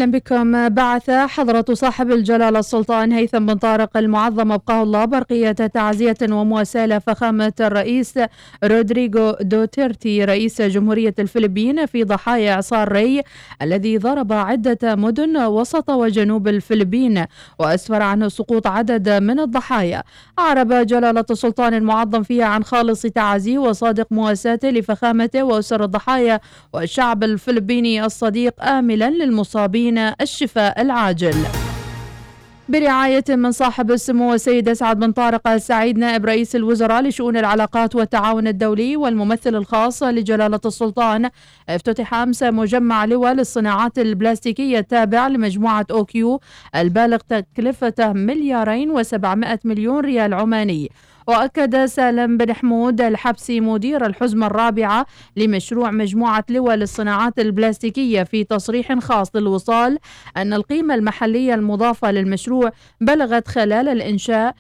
أهلا بكم. بعث حضرة صاحب الجلالة السلطان هيثم بن طارق المعظم أبقاه الله برقية تعزية ومواساة لفخامة الرئيس رودريغو دوتيرتي رئيس جمهورية الفلبين في ضحايا إعصار ري الذي ضرب عدة مدن وسط وجنوب الفلبين وأسفر عنه سقوط عدد من الضحايا. أعرب جلالة السلطان المعظم فيها عن خالص تعازيه وصادق مواساته لفخامته وأسر الضحايا والشعب الفلبيني الصديق، آملا للمصابين الشفاء العاجل. برعاية من صاحب السمو السيد أسعد بن طارق السعيد نائب رئيس الوزراء لشؤون العلاقات والتعاون الدولي والممثل الخاص لجلالة السلطان، افتتح أمس مجمع لواء للصناعات البلاستيكية التابع لمجموعة أوكيو البالغ تكلفته 2,700,000,000 ريال عماني. وأكد سالم بن حمود الحبسي مدير الحزمة الرابعة لمشروع مجموعة لواء للصناعات البلاستيكية في تصريح خاص للوصال أن القيمة المحلية المضافة للمشروع بلغت خلال الإنشاء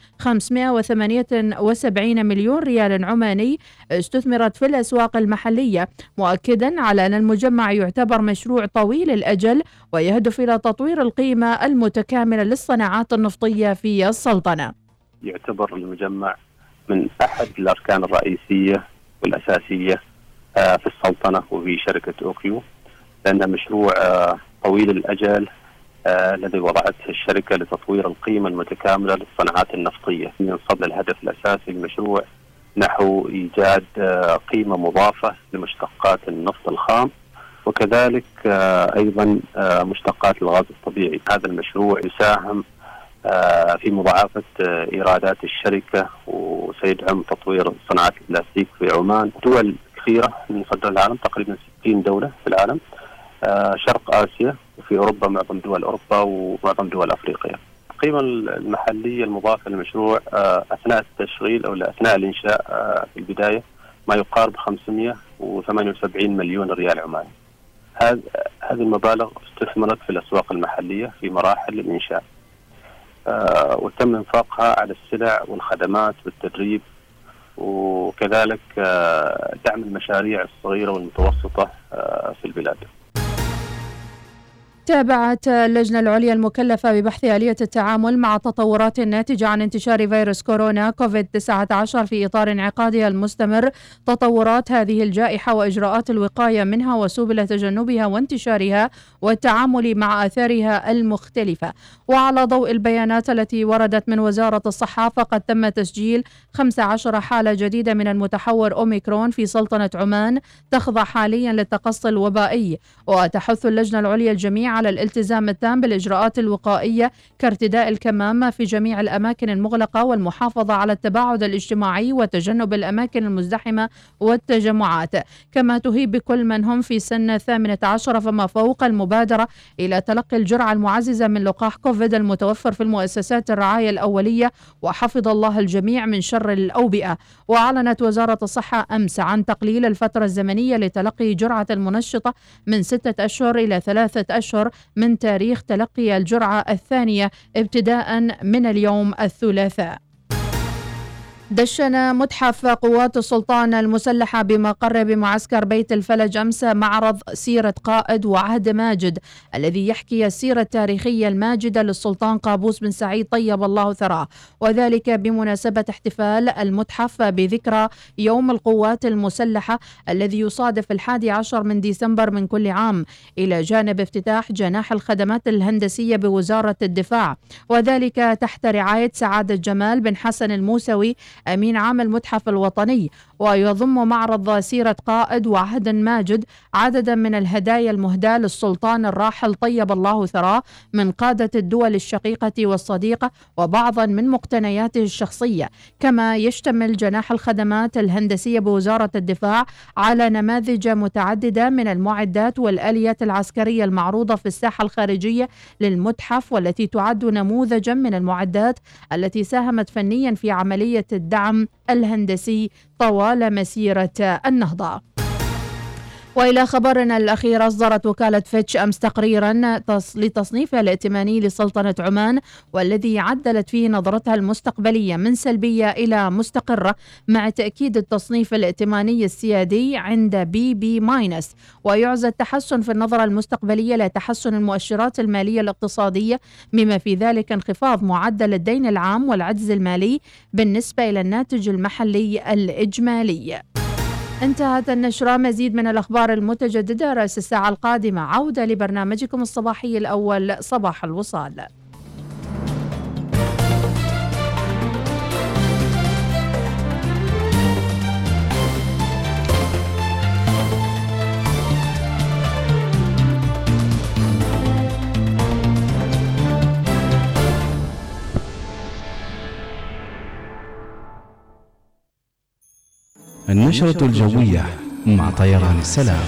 578 مليون ريال عماني استثمرت في الأسواق المحلية، مؤكدا على أن المجمع يعتبر مشروع طويل الأجل ويهدف إلى تطوير القيمة المتكاملة للصناعات النفطية في السلطنة. يعتبر المجمع من أحد الأركان الرئيسية والأساسية في السلطنة وفي شركة أوكيو، لأنه مشروع طويل الأجل الذي وضعته الشركة لتطوير القيمة المتكاملة للصناعات النفطية. ينصب الهدف الأساسي للمشروع نحو إيجاد قيمة مضافة لمشتقات النفط الخام وكذلك أيضا مشتقات الغاز الطبيعي. هذا المشروع يساهم في مضاعفة إيرادات الشركة وسيدعم تطوير صناعات البلاستيك في عمان. دول كثيرة من صدر العالم، تقريبا 60 دولة في العالم، شرق آسيا وفي أوروبا، معظم دول أوروبا ومعظم دول أفريقيا. القيمة المحلية المضافة للمشروع أثناء التشغيل أو أثناء الإنشاء في البداية ما يقارب 578 مليون ريال عماني. هذه المبالغ استثمرت في الأسواق المحلية في مراحل الإنشاء، وتم انفاقها على السلع والخدمات والتدريب وكذلك دعم المشاريع الصغيرة والمتوسطة في البلاد. تابعت اللجنة العليا المكلفة ببحث آلية التعامل مع التطورات الناتجة عن انتشار فيروس كورونا كوفيد-19 في إطار انعقادها المستمر تطورات هذه الجائحة وإجراءات الوقاية منها وسبل تجنبها وانتشارها والتعامل مع آثارها المختلفة. وعلى ضوء البيانات التي وردت من وزارة الصحة، فقد تم تسجيل 15 حالة جديدة من المتحور أوميكرون في سلطنة عمان تخضع حاليا للتقصي الوبائي. وتحث اللجنة العليا الجميع على الالتزام التام بالإجراءات الوقائية كارتداء الكمامة في جميع الأماكن المغلقة والمحافظة على التباعد الاجتماعي وتجنب الأماكن المزدحمة والتجمعات. كما تهيب بكل من هم في سن 18 فما فوق المبادرة إلى تلقي الجرعة المعززة من لقاح كوفيد المتوفر في المؤسسات الرعاية الأولية، وحفظ الله الجميع من شر الأوبئة. وأعلنت وزارة الصحة أمس عن تقليل الفترة الزمنية لتلقي جرعة المنشطة من 6 أشهر إلى 3 أشهر من تاريخ تلقي الجرعة الثانية ابتداء من اليوم الثلاثاء. دشن متحف قوات السلطان المسلحة بمقر بمعسكر بيت الفلج أمس معرض سيرة قائد وعهد ماجد الذي يحكي السيرة التاريخية الماجدة للسلطان قابوس بن سعيد طيب الله ثراه، وذلك بمناسبة احتفال المتحف بذكرى يوم القوات المسلحة الذي يصادف 11 من ديسمبر من كل عام، إلى جانب افتتاح جناح الخدمات الهندسية بوزارة الدفاع، وذلك تحت رعاية سعادة جمال بن حسن الموسوي أمين عام المتحف الوطني. ويضم معرض سيرة قائد وعهد ماجد عددا من الهدايا المهداة للسلطان الراحل طيب الله ثراه من قادة الدول الشقيقة والصديقة وبعضا من مقتنياته الشخصية. كما يشتمل جناح الخدمات الهندسية بوزارة الدفاع على نماذج متعددة من المعدات والآليات العسكرية المعروضة في الساحة الخارجية للمتحف، والتي تعد نموذجا من المعدات التي ساهمت فنيا في عملية الدعم الهندسي طوال مسيرة النهضة. وإلى خبرنا الأخير، أصدرت وكالة فيتش أمس تقريرا لتصنيفها الائتماني لسلطنة عمان، والذي عدلت فيه نظرتها المستقبلية من سلبية إلى مستقرة، مع تأكيد التصنيف الائتماني السيادي عند BB-، ويعزى التحسن في النظرة المستقبلية لتحسن المؤشرات المالية الاقتصادية، بما في ذلك انخفاض معدل الدين العام والعجز المالي بالنسبة إلى الناتج المحلي الإجمالي. انتهت النشرة. مزيد من الأخبار المتجددة رأس الساعة القادمة. عودة لبرنامجكم الصباحي الأول، صباح الوصال. النشرة الجوية مع طيران السلام.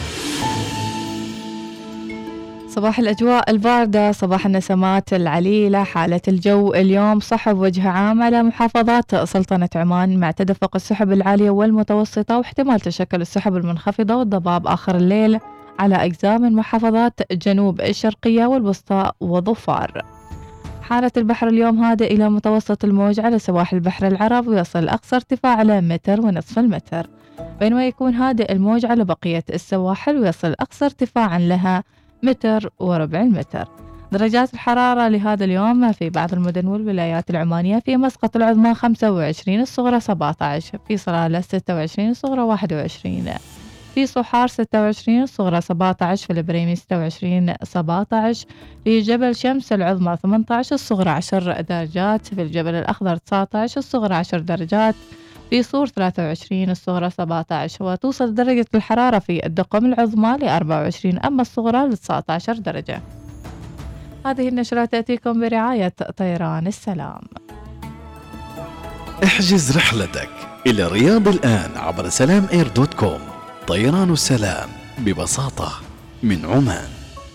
صباح الأجواء الباردة، صباح النسمات العليلة. حالة الجو اليوم صحب وجه عام على محافظات سلطنة عمان، مع تدفق السحب العالية والمتوسطة، واحتمال تشكل السحب المنخفضة والضباب آخر الليل على أجزاء من محافظات جنوب الشرقية والوسطى وظفار. حالة البحر اليوم هادئ إلى متوسط الموج على سواحل البحر العرب، ويصل أقصى ارتفاع على 1.5 متر، بينما يكون هادئ الموج على بقية السواحل، ويصل أقصى ارتفاعا لها 1.25 متر. درجات الحرارة لهذا اليوم في بعض المدن والولايات العمانية: في مسقط العظمى 25، الصغرى 17، في صلالة 26، الصغرى 21، في صحار 26، الصغرى 17، في البريمي 26 17، في جبل شمس العظمى 18، الصغرى 10 درجات، في الجبل الأخضر 19، الصغرى 10 درجات، في صور 23، الصغرى 17، وتوصل درجة الحرارة في الدقم العظمى 24، أما الصغرى 19 درجة. هذه النشرة تأتيكم برعاية طيران السلام. احجز رحلتك إلى الرياض الآن عبر SalamAir.com. طيران السلام، ببساطة من عمان.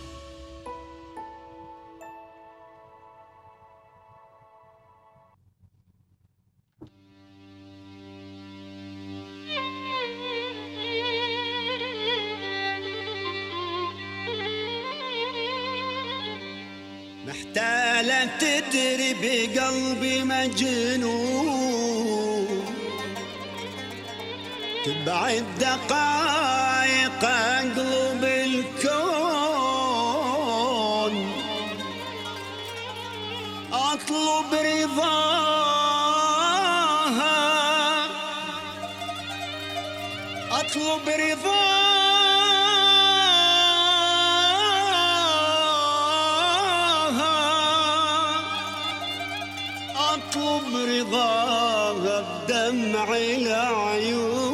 محتالة تدري بقلبي مجنون، تبعد دقايق اقلب الكون، اطلب رضاها، اطلب رضاها، اطلب رضاها بدمع العيون.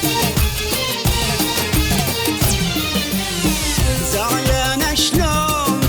زعلانة شلون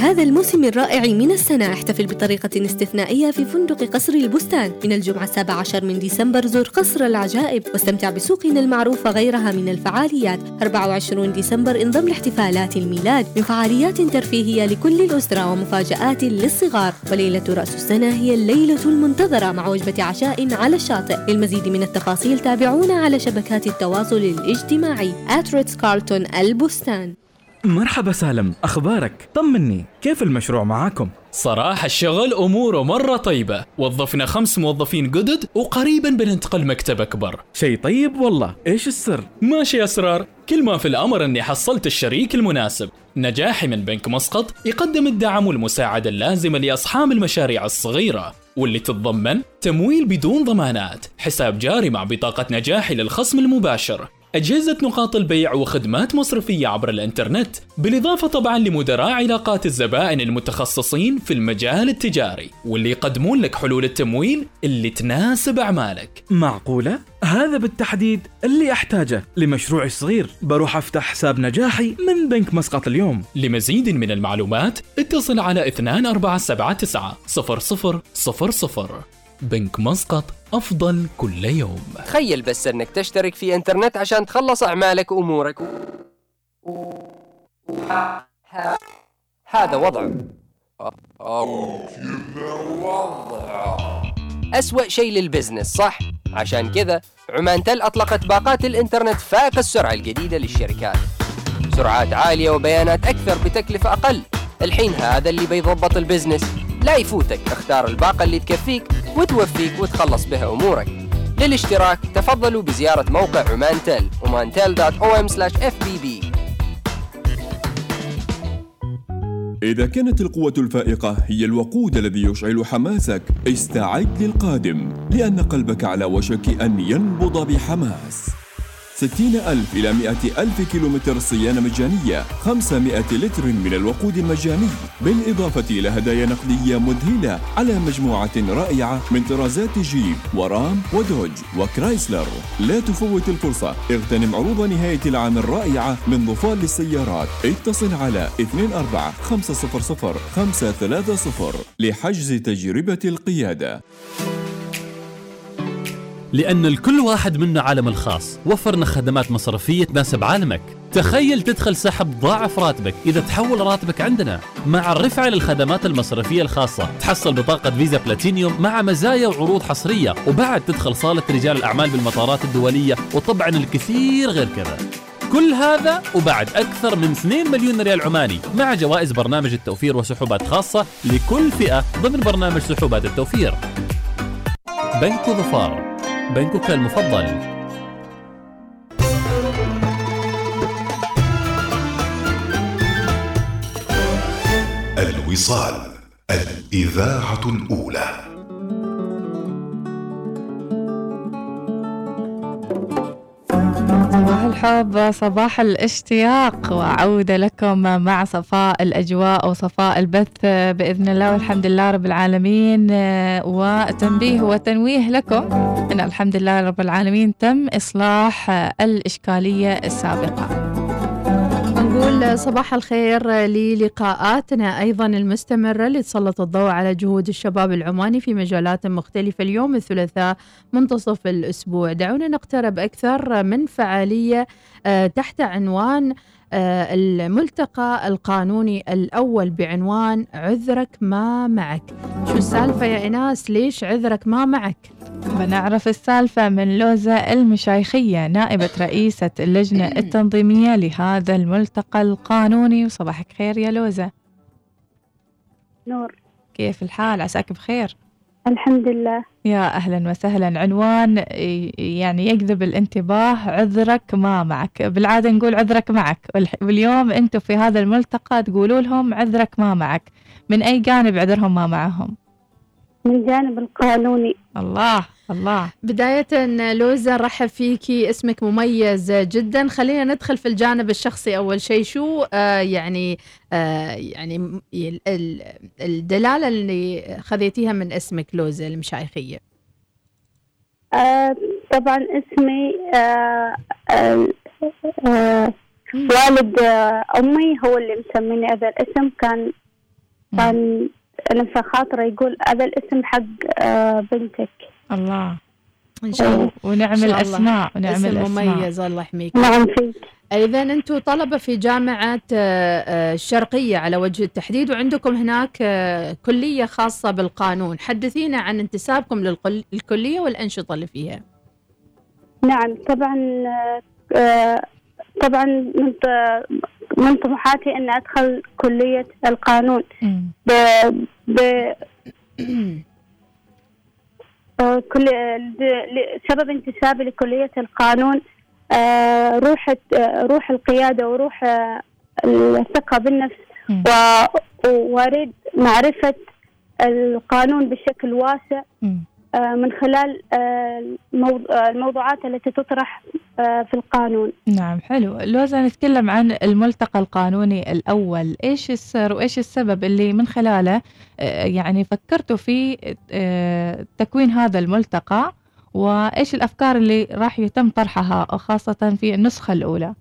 هذا الموسم الرائع من السنة احتفل بطريقة استثنائية في فندق قصر البستان. من الجمعة 17 من ديسمبر زور قصر العجائب واستمتع بسوقنا المعروفة غيرها من الفعاليات. 24 ديسمبر انضم لاحتفالات الميلاد من فعاليات ترفيهية لكل الأسرة ومفاجآت للصغار. وليلة رأس السنة هي الليلة المنتظرة مع وجبة عشاء على الشاطئ. للمزيد من التفاصيل تابعونا على شبكات التواصل الاجتماعي @RitzCarlton البستان. مرحبا سالم، أخبارك؟ طمني، كيف المشروع معاكم؟ صراحة الشغل أموره مرة طيبة. وظفنا 5 موظفين جدد وقريبا بننتقل مكتب أكبر. شيء طيب والله. إيش السر؟ ماشي أسرار، كل ما في الأمر أني حصلت الشريك المناسب. نجاحي من بنك مسقط يقدم الدعم والمساعدة اللازمة لأصحاب المشاريع الصغيرة، واللي تتضمن تمويل بدون ضمانات، حساب جاري مع بطاقة نجاحي للخصم المباشر، أجهزة نقاط البيع وخدمات مصرفية عبر الإنترنت، بالإضافة طبعا لمدراء علاقات الزبائن المتخصصين في المجال التجاري، واللي يقدمون لك حلول التمويل اللي تناسب أعمالك. معقولة؟ هذا بالتحديد اللي أحتاجه لمشروعي الصغير. بروح أفتح حساب نجاحي من بنك مسقط اليوم. لمزيد من المعلومات اتصل على 2479 0000. بنك مسقط، أفضل كل يوم. تخيل بس أنك تشترك في إنترنت عشان تخلص أعمالك وأمورك. هذا وضع أسوأ شيء للبزنس، صح؟ عشان كذا عمان تل أطلقت باقات الإنترنت فائق السرعة الجديدة للشركات. سرعات عالية وبيانات أكثر بتكلفة أقل. الحين هذا اللي بيضبط البزنس. لا يفوتك، اختار الباقة اللي تكفيك وتوفيك وتخلص بها أمورك. للاشتراك تفضلوا بزيارة موقع عمان تل omantel.om/fbb. إذا كانت القوة الفائقة هي الوقود الذي يشعل حماسك، استعد للقادم، لأن قلبك على وشك أن ينبض بحماس. 60,000 إلى 100,000 كيلومتر صيانة مجانية، 500 لتر من الوقود المجاني، بالإضافة إلى هدايا نقدية مذهلة على مجموعة رائعة من طرازات جيب ورام ودوج وكرايسلر. لا تفوت الفرصة، اغتنم عروض نهاية العام الرائعة من ظفار للسيارات. اتصل على 24-500-530 لحجز تجربة القيادة. لأن الكل واحد منا عالم الخاص، وفرنا خدمات مصرفية تناسب عالمك. تخيل تدخل سحب ضاعف راتبك إذا تحول راتبك عندنا. مع الرفعة للخدمات المصرفية الخاصة تحصل بطاقة فيزا بلاتينيوم مع مزايا وعروض حصرية، وبعد تدخل صالة رجال الأعمال بالمطارات الدولية، وطبعا الكثير غير كذا. كل هذا وبعد أكثر من 2 مليون ريال عماني مع جوائز برنامج التوفير وسحوبات خاصة لكل فئة ضمن برنامج سحوبات التوفير. بنك ظفار، بنكك المفضل. الوصال، الإذاعة الأولى. صباح الحب، صباح الاشتياق، وعودة لكم مع صفاء الأجواء وصفاء البث بإذن الله والحمد لله رب العالمين. وتنبيه وتنويه لكم أن الحمد لله رب العالمين تم إصلاح الإشكالية السابقة. نقول صباح الخير للقاءاتنا أيضا المستمرة لتسلط الضوء على جهود الشباب العماني في مجالات مختلفة. اليوم الثلاثاء منتصف الأسبوع دعونا نقترب أكثر من فعالية تحت عنوان الملتقى القانوني الأول بعنوان عذرك ما معك. شو السالفة يا إناس؟ ليش عذرك ما معك؟ بنعرف السالفة من لوزة المشايخية، نائبة رئيسة اللجنة التنظيمية لهذا الملتقى القانوني. وصباحك خير يا لوزة. نور، كيف الحال؟ عساك بخير؟ الحمد لله. يا أهلا وسهلا. عنوان يعني يجذب الانتباه، عذرك ما معك. بالعادة نقول عذرك معك، واليوم أنتم في هذا الملتقى تقولوا لهم عذرك ما معك. من أي جانب عذرهم ما معهم؟ من الجانب القانوني. الله الله. بداية لوزة رحب فيكي، اسمك مميز جدا. خلينا ندخل في الجانب الشخصي أول شيء. شو يعني الدلالة اللي خذيتيها من اسمك لوزة المشايخية؟ طبعا اسمي والد أمي هو اللي مسميني هذا الاسم. كان كان لما خاطره يقول هذا الاسم حق بنتك. الله إن شاء الله ونعمل أسماء ونعمل اسم مميز. الله يحميك. نعم فيك. إذا أنتم طلبة في جامعة الشرقية على وجه التحديد، وعندكم هناك كلية خاصة بالقانون، حدثينا عن انتسابكم للكلية والأنشطة اللي فيها. نعم طبعا من طموحاتي أن أدخل كلية القانون سبب انتسابي لكلية القانون روح القيادة وروح الثقة بالنفس، وأريد معرفة القانون بشكل واسع من خلال الموضوعات التي تطرح في القانون. نعم حلو. لوزة نتكلم عن الملتقى القانوني الأول، إيش السر وإيش السبب اللي من خلاله يعني فكرتوا في تكوين هذا الملتقى، وإيش الأفكار اللي راح يتم طرحها خاصة في النسخة الأولى؟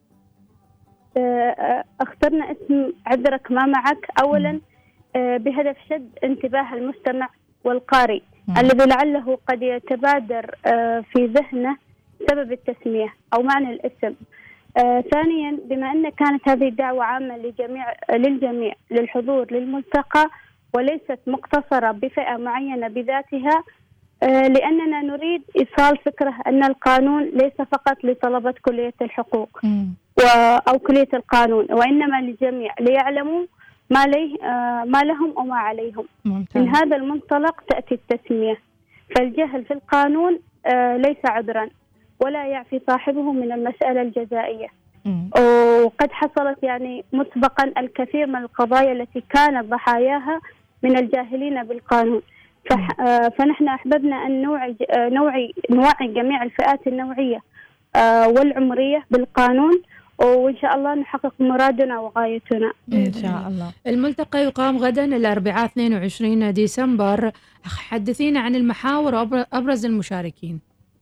اخترنا اسم عذرك ما معك أولا بهدف شد انتباه المستمع والقارئ الذي لعله قد يتبادر في ذهنه سبب التسمية أو معنى الاسم. ثانيا بما أن كانت هذه الدعوة عامة للجميع للحضور للملتقى وليست مقتصرة بفئة معينة بذاتها، لأننا نريد إيصال فكرة أن القانون ليس فقط لطلبة كلية الحقوق أو كلية القانون، وإنما للجميع ليعلموا ما لهم وما عليهم. من هذا المنطلق تأتي التسمية، فالجهل في القانون ليس عذرا ولا يعفي صاحبه من المسألة الجزائية. وقد حصلت يعني مسبقا الكثير من القضايا التي كانت ضحاياها من الجاهلين بالقانون، فنحن أحببنا أن نوعي جميع الفئات النوعية والعمرية بالقانون، وإن شاء الله نحقق مرادنا وغايتنا إن شاء الله. الملتقى يقام غدا الأربعاء 22 ديسمبر، حدثينا عن المحاور وأبرز المشاركين.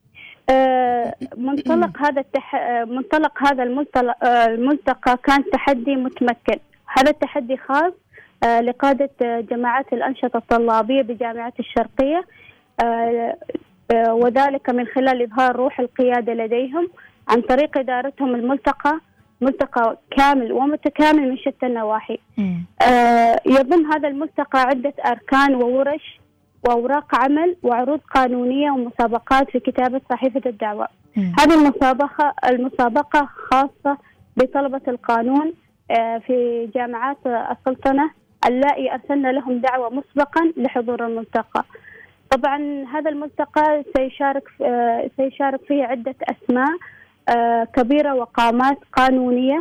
منطلق هذا الملتقى كان تحدي متمكن. هذا التحدي خاص لقادة جماعات الأنشطة الطلابية بجامعة الشرقية، وذلك من خلال إظهار روح القيادة لديهم عن طريق إدارتهم ملتقى كامل ومتكامل من شتى النواحي. يضم هذا الملتقى عدة أركان وورش وأوراق عمل وعروض قانونية ومسابقات في كتابة صحيفة الدعوة. هذه المسابقة خاصة بطلبة القانون في جامعات السلطنة اللائي أرسلنا لهم دعوة مسبقا لحضور الملتقى. طبعا هذا الملتقى سيشارك فيه عدة أسماء كبيرة وقامات قانونية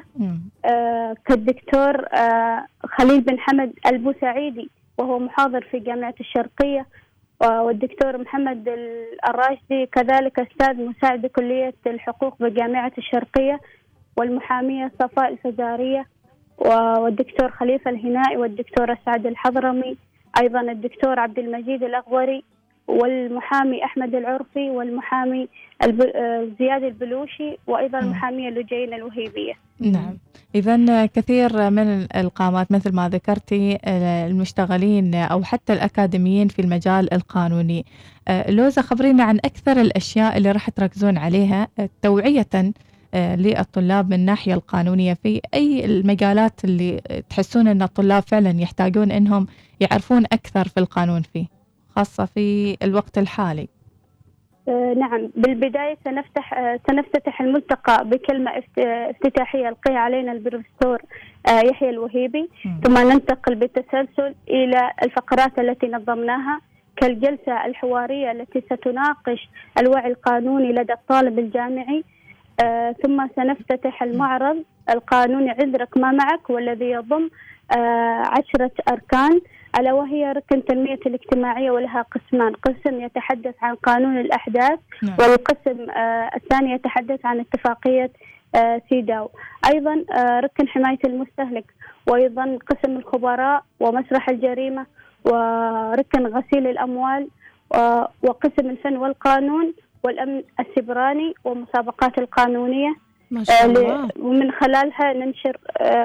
كالدكتور خليل بن حمد البوسعيدي وهو محاضر في جامعة الشرقية، والدكتور محمد الراشدي كذلك أستاذ مساعد بكلية الحقوق بجامعة الشرقية، والمحامية صفاء الفزارية، والدكتور خليفة الهنائي، والدكتور سعد الحضرمي، أيضا الدكتور عبد المجيد الأغوري، والمحامي أحمد العرفي، والمحامي زياد البلوشي، وأيضا المحامية لجين الوهيبية. نعم، إذن كثير من القامات مثل ما ذكرتي المشتغلين أو حتى الأكاديميين في المجال القانوني. لوزة خبرينا عن أكثر الأشياء اللي راح تركزون عليها توعية للطلاب من الناحية القانونية في أي المجالات اللي تحسون أن الطلاب فعلا يحتاجون أنهم يعرفون أكثر في القانون فيه، خاصة في الوقت الحالي. نعم، بالبداية سنفتتح الملتقى بكلمة افتتاحية يلقيها علينا البروفيسور يحيى الوهيبي، ثم ننتقل بالتسلسل إلى الفقرات التي نظمناها كالجلسة الحوارية التي ستناقش الوعي القانوني لدى الطالب الجامعي، ثم سنفتتح المعرض القانوني عذرك ما معك، والذي يضم 10 أركان، ألا وهي ركن التنمية الاجتماعية ولها قسمان، قسم يتحدث عن قانون الأحداث والقسم الثاني يتحدث عن اتفاقية سيداو، أيضا ركن حماية المستهلك، وأيضا قسم الخبراء ومسرح الجريمة، وركن غسيل الأموال، وقسم الفن والقانون والأمن السبراني ومسابقات القانونية. ما شاء الله. ومن خلالها ننشر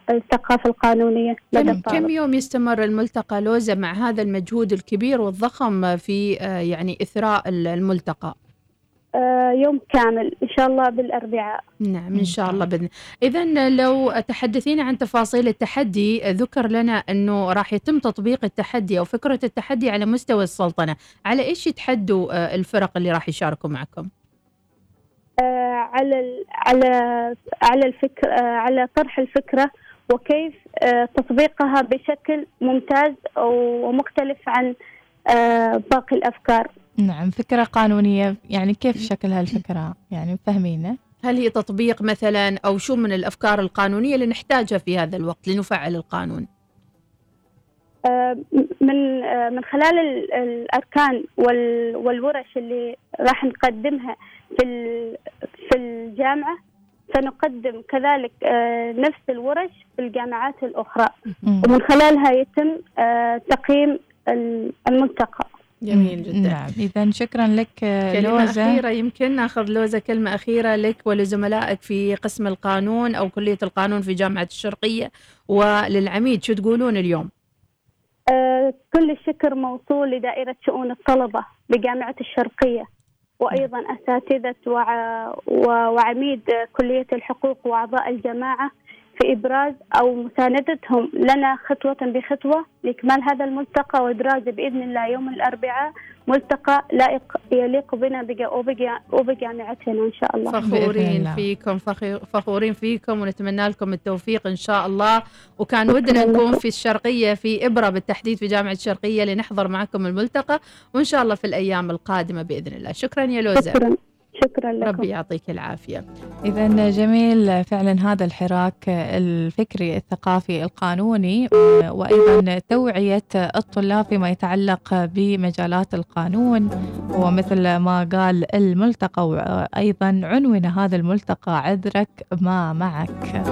الثقافة القانونية لدى الطالب. كم يوم يستمر الملتقى لوزة مع هذا المجهود الكبير والضخم في يعني إثراء الملتقى؟ يوم كامل إن شاء الله بالأربعاء. نعم إن شاء الله بإذن. إذن لو تحدثينا عن تفاصيل التحدي، ذكر لنا أنه راح يتم تطبيق التحدي أو فكرة التحدي على مستوى السلطنة، على إيش يتحدوا الفرق اللي راح يشاركوا معكم؟ على الفكرة، على طرح الفكرة وكيف تطبيقها بشكل ممتاز ومختلف عن باقي الأفكار. نعم، فكرة قانونية، يعني كيف شكل هالفكرة؟ يعني فهمينا. هل هي تطبيق مثلا أو شو من الأفكار القانونية اللي نحتاجها في هذا الوقت لنفعل القانون؟ من خلال الأركان والورش اللي راح نقدمها في الجامعة، سنقدم كذلك نفس الورش في الجامعات الأخرى، ومن خلالها يتم تقييم الملتقى. جميل جدا. نعم، إذا شكرا لك كلمة أخيرة، يمكن ناخذ لوزة كلمة أخيرة لك ولزملائك في قسم القانون أو كلية القانون في جامعة الشرقية وللعميد، شو تقولون اليوم؟ كل الشكر موصول لدائرة شؤون الطلبة بجامعة الشرقية، وأيضا أساتذة وعميد كلية الحقوق وأعضاء الجماعة في إبراز أو مساندتهم لنا خطوة بخطوة لإكمال هذا الملتقى وإبرازه بإذن الله يوم الأربعاء ملتقى لائق يليق بنا وبجامعتنا إن شاء الله. فخورين فيكم ونتمنى لكم التوفيق إن شاء الله. وكان ودنا نكون في الشرقية في إبرة بالتحديد في جامعة الشرقية لنحضر معكم الملتقى، وإن شاء الله في الأيام القادمة بإذن الله. شكرا يا لوزة. شكرا لكم. ربي يعطيك العافية. إذن جميل فعلا هذا الحراك الفكري الثقافي القانوني، وأيضا توعية الطلاب فيما يتعلق بمجالات القانون، ومثل ما قال الملتقى وأيضا عنوان هذا الملتقى عذرك ما معك.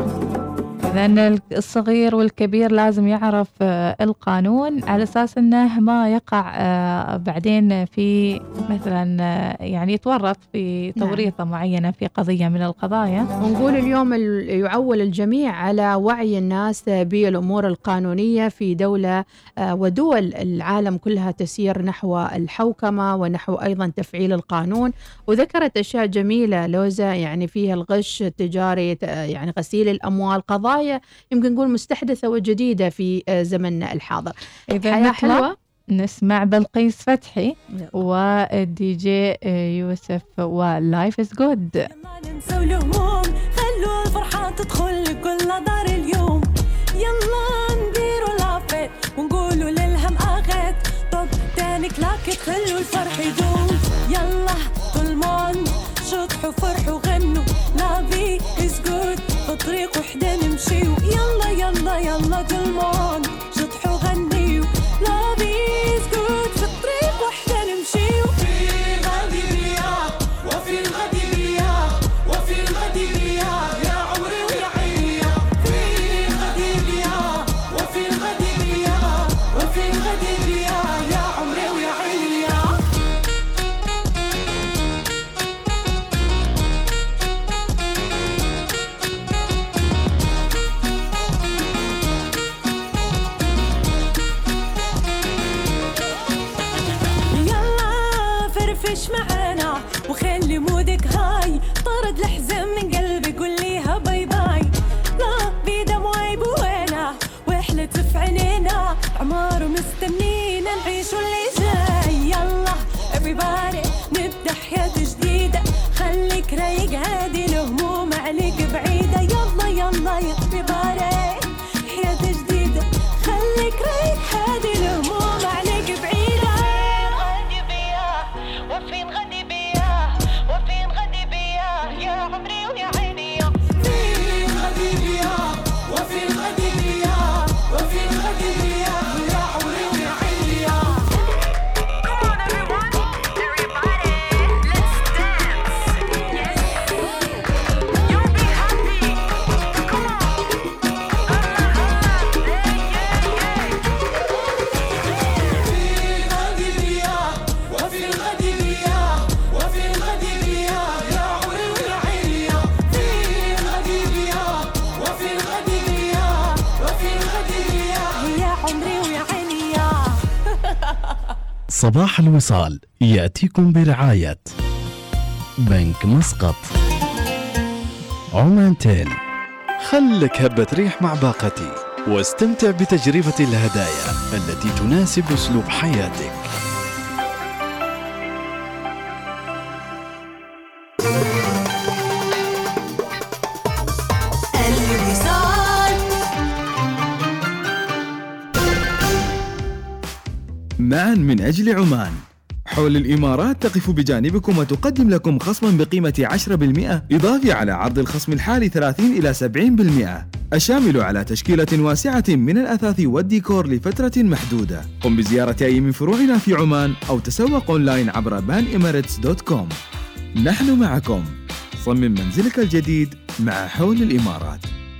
لأن الصغير والكبير لازم يعرف القانون على أساس أنه ما يقع بعدين في مثلا يعني يتورط في توريطة معينة في قضية من القضايا. ونقول اليوم يعول الجميع على وعي الناس بالأمور القانونية في دولة ودول العالم كلها تسير نحو الحوكمة ونحو أيضا تفعيل القانون. وذكرت أشياء جميلة لوزة، يعني فيها الغش التجاري، يعني غسيل الأموال، قضايا يمكن نقول مستحدثة وجديدة في زمننا الحاضر. إذا حلوة نسمع بلقيس فتحي والدي جي يوسف ولايف از جود. ما ننسوا الهموم، خلوا الفرحة تدخل لكل دار اليوم. يلا نديروا لافت ونقولوا للهم آخت، طب تاني كلاكت خلوا الفرح يدوم. يلا كل مون شطحوا فرحوا غنوا، لافي از جود في طريق وحدة نمشيو. يلا يلا يلا كل مون شطحوا غنيو، لافي از جود في طريق وحدة نمشيو. في الغد رياح وفي الغد رياح وفي الغد رياح يا عمري ويا عيني. في الغد رياح وفي الغد رياح وفي الغد رياح يا عمري ويا عيني. فرفش معانا وخلي مودك هاي، طرد الحزن من قلبي قول ليها باي باي. لا بدموعي بوينا واحلت في عينينا، عمار ومستنينا نعيش اللي جاي. يلا everybody نبدأ حياة جديدة، خليك رايق هادي الهموم عليك بعيدة. يلا يلا يا everybody حياة جديدة، خليك رايق هادي الهموم عليك بعيدة. وفين غدي بيا وفين غدي بيا يا عمري ويا عيني. فين غدي بيا وفين غدي بيا وفين غدي بيا يا عمري ويا عيني. Come on everyone, everybody, let's عمري ويا عيني يا صباح الوصال يأتيكم برعاية بنك مسقط، عمان تيل. خلك هبة ريح مع باقتي واستمتع بتجربة الهدايا التي تناسب أسلوب حياتك. معا من أجل عمان. حول الإمارات تقف بجانبكم وتقدم لكم خصما بقيمة 10% إضافي على عرض الخصم الحالي 30 إلى 70%، الشامل على تشكيلة واسعة من الأثاث والديكور لفترة محدودة. قم بزيارة أي من فروعنا في عمان أو تسوق أونلاين عبر banemirates.com. نحن معكم. صمم منزلك الجديد مع حول الإمارات.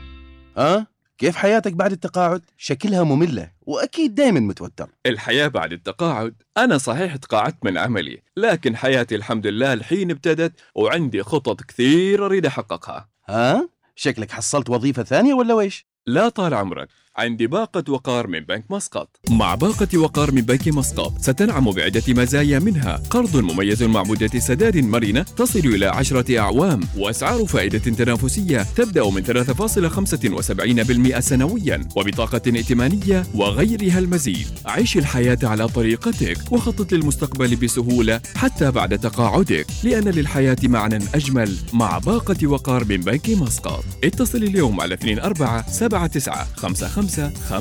كيف حياتك بعد التقاعد؟ شكلها مملة وأكيد دايما متوتر. الحياة بعد التقاعد، أنا صحيح تقاعدت من عملي، لكن حياتي الحمد لله الحين ابتدت وعندي خطط كثير أريد أحققها. شكلك حصلت وظيفة ثانية ولا ويش؟ لا طال عمرك، عندي باقة وقار من بنك مسقط. مع باقة وقار من بنك مسقط ستنعم بعدة مزايا، منها قرض مميز مع مدة سداد مرنة تصل إلى 10 أعوام، وأسعار فائدة تنافسية تبدأ من 3.75% سنويا، وبطاقة ائتمانية وغيرها المزيد. عيش الحياة على طريقتك وخطط للمستقبل بسهولة حتى بعد تقاعدك، لأن للحياة معنى أجمل مع باقة وقار من بنك مسقط. اتصل اليوم على 24795555.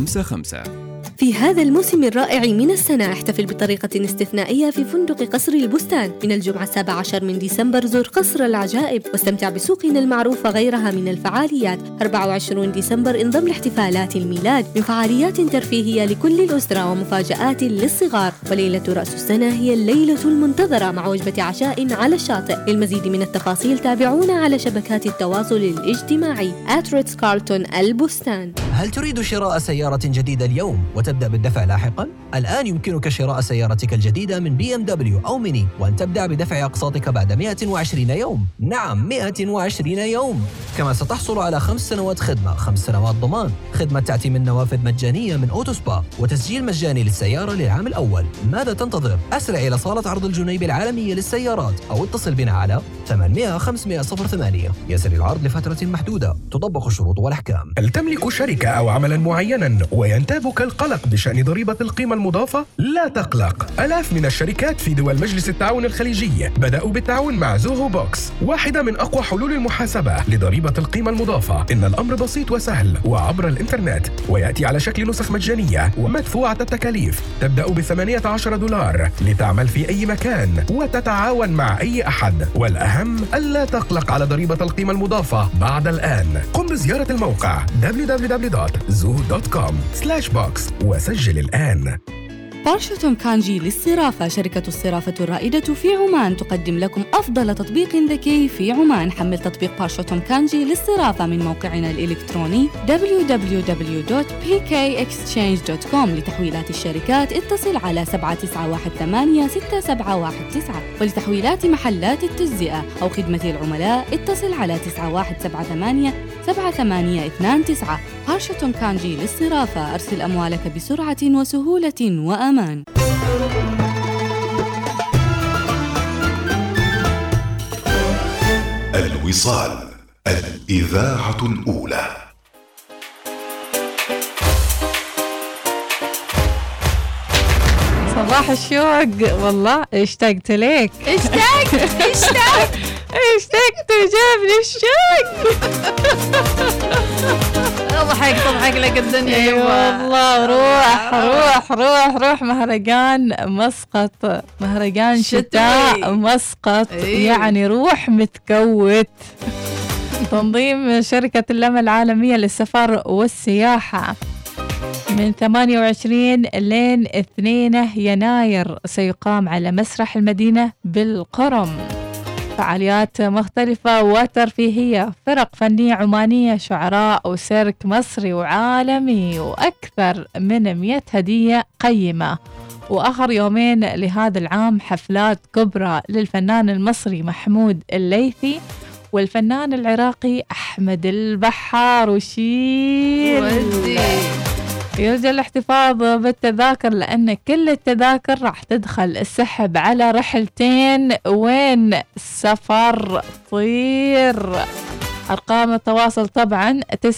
في هذا الموسم الرائع من السنة احتفل بطريقة استثنائية في فندق قصر البستان. من الجمعة 17 من ديسمبر زور قصر العجائب واستمتع بسوقنا المعروفة غيرها من الفعاليات. 24 ديسمبر انضم لاحتفالات الميلاد من فعاليات ترفيهية لكل الأسرة ومفاجآت للصغار. وليلة رأس السنة هي الليلة المنتظرة مع وجبة عشاء على الشاطئ. للمزيد من التفاصيل تابعونا على شبكات التواصل الاجتماعي @RitzCarlton البستان. هل تريد شراء سيارة جديدة اليوم وتبدأ بالدفع لاحقاً؟ الآن يمكنك شراء سيارتك الجديدة من BMW أو ميني وأن تبدأ بدفع أقساطك بعد 120 يوم. نعم، 120 يوم. كما ستحصل على 5 سنوات خدمة، 5 سنوات ضمان. خدمة تأتي من نوافذ مجانية من أوتوسبا وتسجيل مجاني للسيارة للعام الأول. ماذا تنتظر؟ أسرع إلى صالة عرض الجنيب العالمية للسيارات أو اتصل بنا على 800-500-08. يسري العرض لفترة محدودة، تطبق الشروط والأحكام. هل تملك شركة أو عملا معينا وينتابك القلق بشأن ضريبة القيمة المضافة؟ لا تقلق، آلاف من الشركات في دول مجلس التعاون الخليجي بدأوا بالتعاون مع زوهو بوكس، واحدة من أقوى حلول المحاسبة لضريبة القيمة المضافة. إن الأمر بسيط وسهل وعبر الإنترنت، ويأتي على شكل نسخ مجانية ومدفوعة التكاليف، تبدأ ب$18 لتعمل في أي مكان وتتعاون مع أي أحد. والأهم ألا تقلق على ضريبة القيمة المضافة بعد الآن. قم بزيارة الموقع www.zoo.com/box وسجل الآن. بارشوتون كانجي للصرافة، شركة الصرافة الرائدة في عمان تقدم لكم أفضل تطبيق ذكي في عمان. حمل تطبيق بارشوتون كانجي للصرافة من موقعنا الإلكتروني www.pkexchange.com. لتحويلات الشركات اتصل على 7918-6719، ولتحويلات محلات التجزئة أو خدمة العملاء اتصل على 9178-7829. بارشوتون كانجي للصرافة، أرسل أموالك بسرعة وسهولة وأمان. الوصال، الإذاعة الأولى. صباح الشوق، والله اشتقت لك. اشتقت وجابني الشوق. ضحك لك الدنيا. والله روح مهرجان مسقط، مهرجان شتاء مسقط. يعني روح متكوت. تنظيم شركة اللمة العالمية للسفر والسياحة من 28 لين 2 يناير سيقام على مسرح المدينة بالقرم فعاليات مختلفة وترفيهية، فرق فنية عمانية، شعراء وسيرك مصري وعالمي، وأكثر من 100 هدية قيمة. وآخر يومين لهذا العام حفلات كبرى للفنان المصري محمود الليثي والفنان العراقي أحمد البحار وشيل. يرجى الاحتفاظ بالتذاكر لأن كل التذاكر راح تدخل السحب على رحلتين وين سفر طير. أرقام التواصل طبعا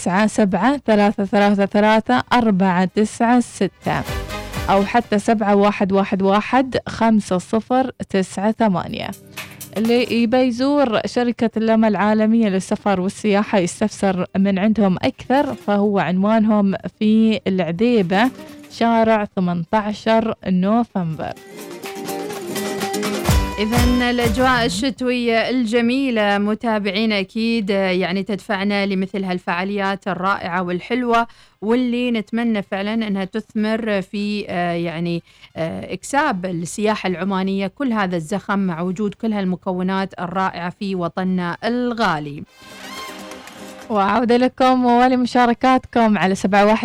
97333496 أو حتى 71115098. اللي يبي يزور شركة اللمى العالمية للسفر والسياحة يستفسر من عندهم أكثر فهو عنوانهم في العذيبة شارع 18 نوفمبر. إذن الأجواء الشتوية الجميلة متابعينا أكيد يعني تدفعنا لمثل هالفعاليات الرائعة والحلوة واللي نتمنى فعلا أنها تثمر في يعني إكساب السياحة العمانية كل هذا الزخم مع وجود كل هالمكونات الرائعة في وطننا الغالي. وعودة لكم ولمشاركاتكم على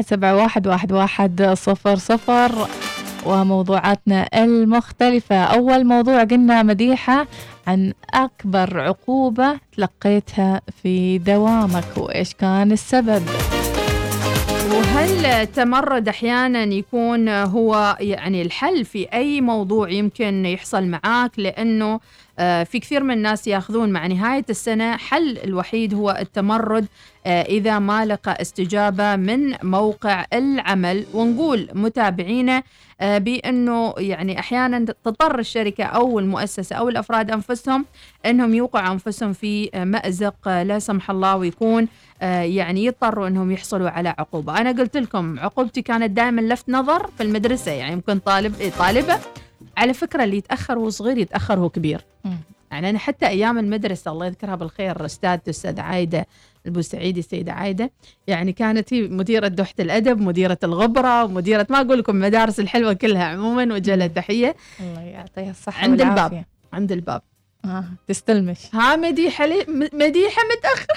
71711100 وموضوعاتنا المختلفة. أول موضوع قلنا مديحة عن أكبر عقوبة تلقيتها في دوامك وإيش كان السبب؟ وهل التمرد أحيانا يكون هو يعني الحل في أي موضوع يمكن يحصل معاك؟ لأنه في كثير من الناس يأخذون مع نهاية السنة حل الوحيد هو التمرد إذا ما لقى استجابة من موقع العمل. ونقول متابعينا بأنه يعني أحيانا تضطر الشركة أو المؤسسة أو الأفراد أنفسهم أنهم يوقعوا أنفسهم في مأزق لا سمح الله ويكون يعني يضطروا أنهم يحصلوا على عقوبة. أنا قلت لكم عقوبتي كانت دائما لفت نظر في المدرسة، يعني يمكن طالبة على فكرة اللي يتأخر وصغير يتأخر هو كبير. يعني أنا حتى أيام المدرسة الله يذكرها بالخير أستاذة عايدة البوسعيدي السيدة عايدة، يعني كانت هي مديرة دوحة الأدب، مديرة الغبرة، ومديرة ما أقول لكم مدارس الحلوة كلها عموما، وجه لها تحية. الله يعطيها الصحة عند والعافية. الباب عند الباب تستلمش ها مديحة مديحة متأخر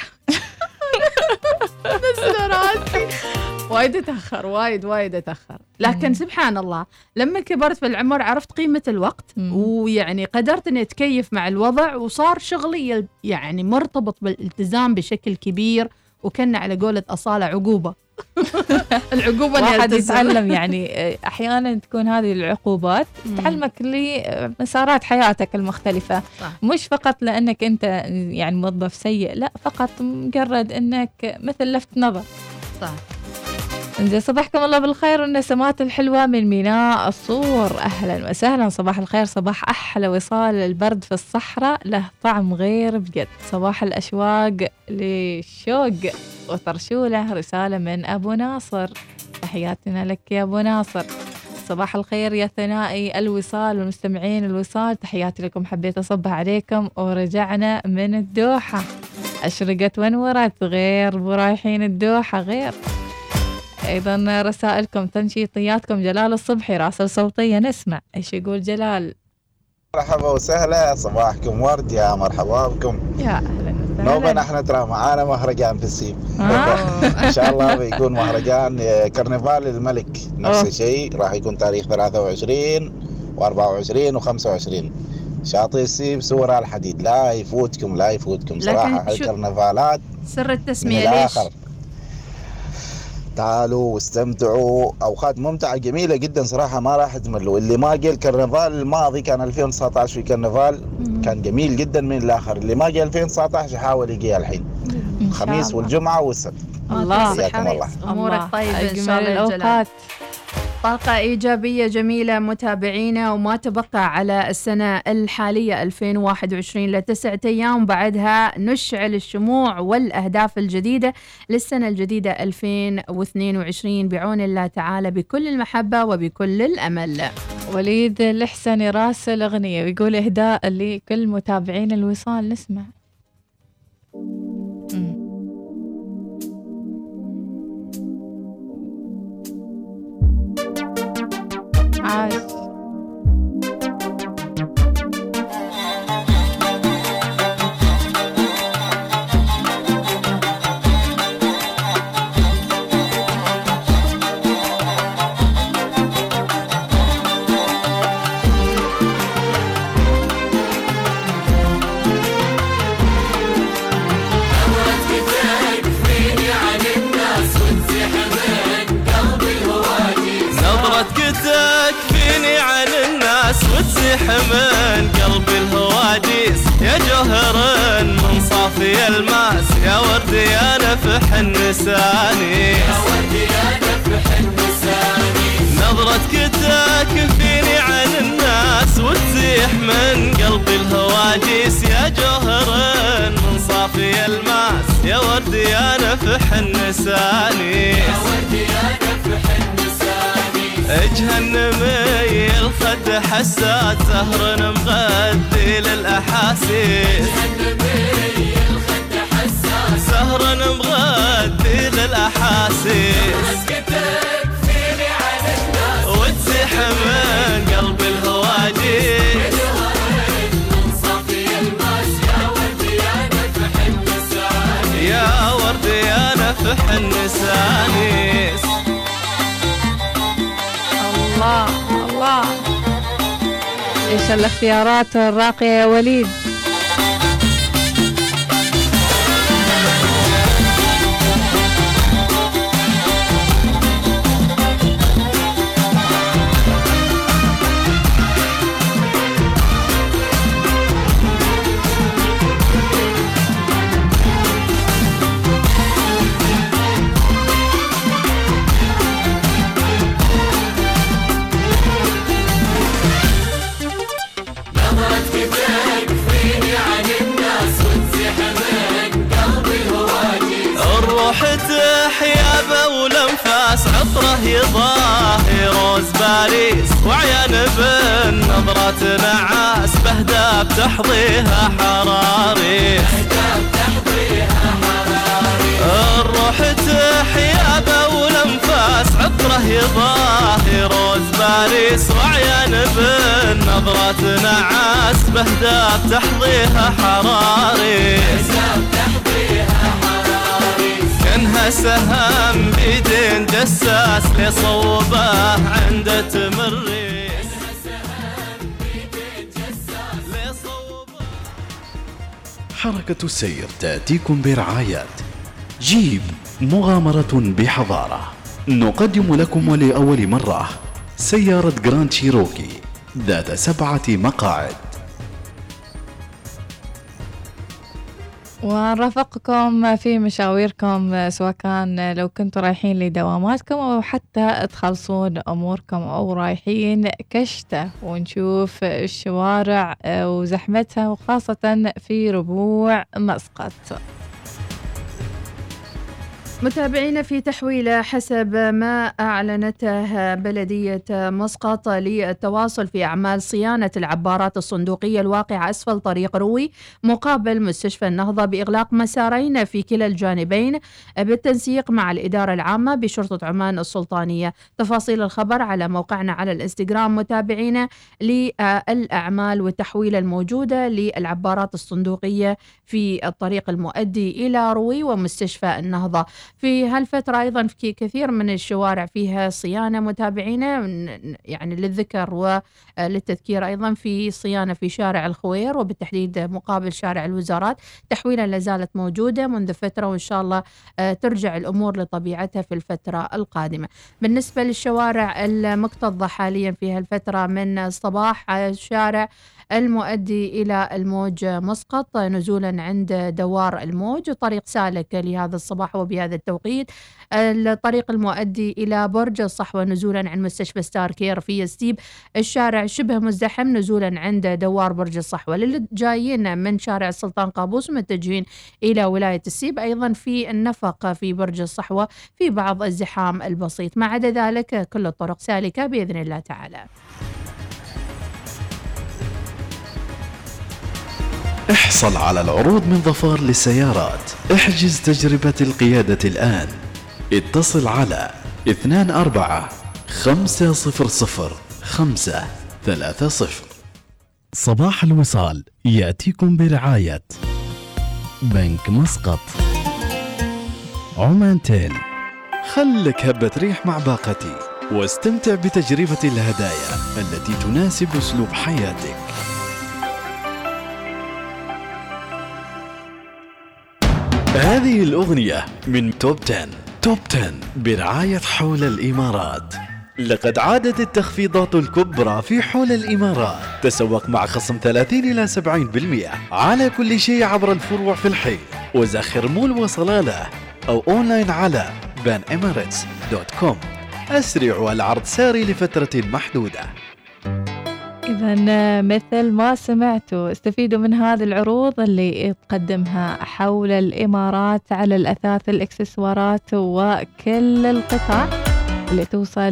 نزل راسي وايد أتأخر وايد أتأخر. لكن سبحان الله لما كبرت في العمر عرفت قيمة الوقت ويعني قدرت أن أتكيف مع الوضع وصار شغلي يعني مرتبط بالالتزام بشكل كبير، وكان على قولة أصالة عقوبة العقوبة واحد يتعلم يعني أحيانا تكون هذه العقوبات تعلمك لمسارات حياتك المختلفة. صح. مش فقط لأنك أنت يعني موظف سيء، لا فقط مجرد أنك مثل لفت نظر. صح. انزين صباحكم الله بالخير والنسمات الحلوة من ميناء الصور. أهلا وسهلا، صباح الخير، صباح أحلى وصال البرد في الصحراء له طعم غير بجد، صباح الأشواق للشوق وترشولة. رسالة من أبو ناصر، تحياتنا لك يا أبو ناصر. صباح الخير يا ثنائي الوصال والمستمعين الوصال، تحياتي لكم، حبيت أصبح عليكم ورجعنا من الدوحة، أشرقت ونورت غير ورايحين الدوحة غير. أيضا رسائلكم تنشيطياتكم. جلال الصبحي راسل صوتية نسمع إيش يقول جلال. مرحبا وسهلا، صباحكم ورد، يا مرحبا بكم. يا أهلا وسهلا. نوبة احنا ترى معانا مهرجان في السيب إن شاء الله بيكون مهرجان كرنفال الملك نفس الشيء، راح يكون تاريخ 23 و24 و25 شاطئ السيب سورة الحديد. لا يفوتكم صراحة الكرنفالات سر التسمية ليش؟ تعالوا واستمتعوا، أوقات ممتعة جميلة جدا صراحة ما راح تملوا. اللي ما جاء الكرنفال الماضي كان 2019 في كرنفال كان جميل جدا من الآخر، اللي ما جاء 2019 يحاول يجي الحين الخميس والجمعة والسبت. الله أمورك طيبة إن شاء الله. الأوقات طاقة إيجابية جميلة متابعينا، وما تبقى على السنة الحالية 2021 ل9 أيام بعدها نشعل الشموع والأهداف الجديدة للسنة الجديدة 2022 بعون الله تعالى بكل المحبة وبكل الأمل. وليد الحسني راسل أغنية بيقول إهداء لكل متابعين الوصال، نسمع. عاش. أمرت كتاب فيني عن الناس وانت حمان قلبي هو نظرتك تكفيني عن الناس وتزيح من قلبي الهواجيس يا جوهر من صافي الماس يا وردي يا نفح النساني نظرتك تكفيني عن الناس وتزيح من قلبي الهواجيس يا جوهر من صافي الماس يا وردي يا نفح النساني جهنمي الخد حسات سهر مغدي للأحاسيس سهر مغدي للأحاسيس وتزيح من قلبي الهواجيس يا وردي يا نفح النسانيس الله الله، ايش الاختيارات الراقية يا وليد. حيابه ولنفاس عطره يضاهي روز باريس وعيان بالنظرة نعاس بهداب تحظيها حراريس الروح حيابه ولنفاس عطره يضاهي روز باريس وعيان بالنظرة نعاس بهداب تحظيها حراريس كانها سهم بيدين جساس لصوبه عند تمريس. حركة السير تأتيكم برعاية جيب مغامرة بحضارة. نقدم لكم ولأول مرة سيارة جراند شيروكي ذات 7 مقاعد. ونرافقكم في مشاويركم سواء كان لو كنتوا رايحين لدواماتكم أو حتى تخلصون أموركم أو رايحين كشتة ونشوف الشوارع وزحمتها وخاصة في ربوع مسقط. متابعينا في تحويلة حسب ما أعلنته بلدية مسقط للتواصل في أعمال صيانة العبارات الصندوقية الواقعة أسفل طريق روي مقابل مستشفى النهضة بإغلاق مسارين في كلا الجانبين بالتنسيق مع الإدارة العامة بشرطة عمان السلطانية. تفاصيل الخبر على موقعنا على الانستغرام متابعينا للأعمال والتحويلة الموجودة للعبارات الصندوقية في الطريق المؤدي إلى روي ومستشفى النهضة. في هالفترة أيضا في كثير من الشوارع فيها صيانة متابعينا، يعني للذكر وللتذكير أيضا في صيانة في شارع الخوير وبالتحديد مقابل شارع الوزارات. تحويلة لازالت موجودة منذ فترة وإن شاء الله ترجع الأمور لطبيعتها في الفترة القادمة. بالنسبة للشوارع المكتظة حاليا في هالفترة من الصباح شارع المؤدي إلى الموج مسقط نزولا عند دوار الموج، طريق سالك لهذا الصباح وبهذا التوقيت. الطريق المؤدي إلى برج الصحوة نزولا عند مستشفى ستار كير في يستيب. الشارع شبه مزدحم نزولا عند دوار برج الصحوة. للي جايين من شارع السلطان قابوس متجهين إلى ولاية السيب أيضا في النفق في برج الصحوة في بعض الزحام البسيط. ما عدا ذلك كل الطرق سالكة بإذن الله تعالى. احصل على العروض من ظفار للسيارات. احجز تجربة القيادة الآن. اتصل على 24-500-530. صباح الوصال يأتيكم برعاية بنك مسقط، عمان تيل. خلك هبة ريح مع باقتي واستمتع بتجربة الهدايا التي تناسب أسلوب حياتك. هذه الأغنية من توب 10 برعاية حول الإمارات. لقد عادت التخفيضات الكبرى في حول الإمارات. تسوق مع خصم 30 إلى 70% على كل شيء عبر الفروع في الحي وزاخر مول وصلالة أو أونلاين على banemirates.com. أسرع والعرض ساري لفترة محدودة. إذا مثل ما سمعتوا استفيدوا من هذه العروض اللي تقدمها حول الإمارات على الأثاث الإكسسوارات وكل القطع اللي توصل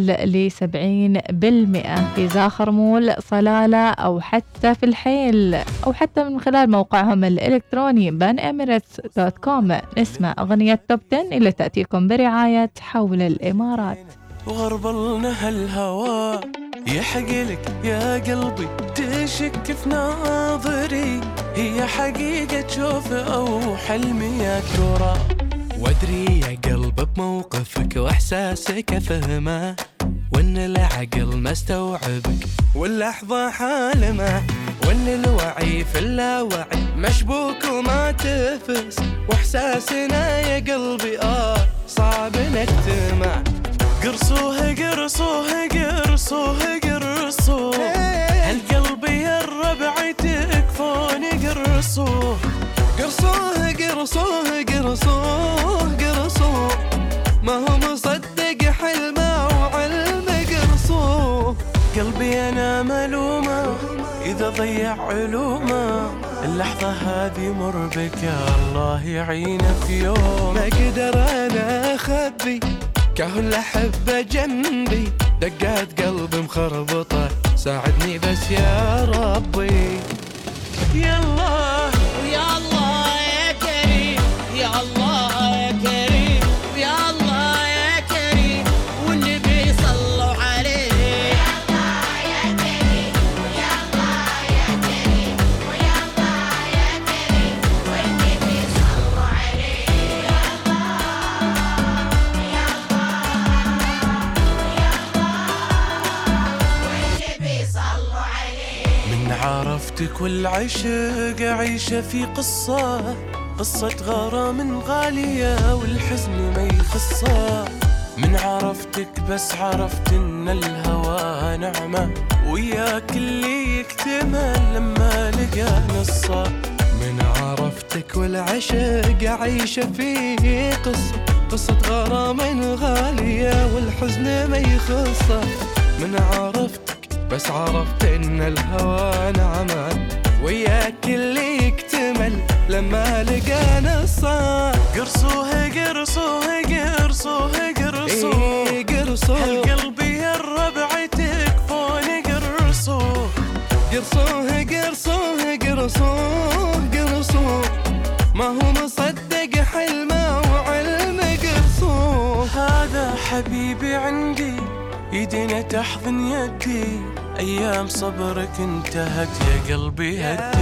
ل70% في زاخر مول صلالة أو حتى في الحيل أو حتى من خلال موقعهم الإلكتروني banemirates.com. نسمع أغنية توب 10 اللي تأتيكم برعاية حول الإمارات. وغربلنا هالهوا يحقلك يا قلبي تشك في ناظري، هي حقيقة تشوف أو حلمي يا ترى، وادري يا قلب بموقفك واحساسك افهمه، وان العقل ما استوعبك واللحظة حالمه، وان الوعي في اللاوعي مشبوك وما تفس، واحساسنا يا قلبي صعب نكتمه. قرصوه قرصوه قرصوه قرصوه هالقلب يا الربع تكفون قرصوه، قرصوه قرصوه قرصوه قرصوه ما هو مصدق حلمه وعلم قرصوه. قلبي أنا ملومة إذا ضيع علومه، اللحظة هذه مر بك يا الله يعينه في يوم، ما قدر أنا أخبي كهل أحبه جنبي، دقات قلبي مخربطة ساعدني بس يا ربي. يا الله ويا الله يا كريم، يا الله يا كريم، يا الله يا كريم، والنبي صلوا عليه. يا الله يا كريم، يا الله يا كريم، ويا الله يا كريم، والنبي صلوا عليه. يا الله يا الله يا الله والنبي صلوا عليه. من عرفتك والعشق عيشة في قصة غرام غالية والحزن ما يخصه، من عرفتك بس عرفت ان الهوى نعمة، وياك اللي يكتمل لما لقى نصه، من عرفتك والعشق عيشة في قصة غرام غالية والحزن ما يخصه، من عرفتك بس عرفت ان الهوى نعمة، وياك اللي يكتمل لما لقى نصه. قرصوه قرصوه قرصوه قرصوه قرصوه هالقلب يا الربع تكفون قرصوه، قرصوه قرصوه قرصوه قرصوه ما هو مصدق حلمه وعلم قرصوه. هذا حبيبي عندي يدينا تحضن يدي، أيام صبرك انتهت يا قلبي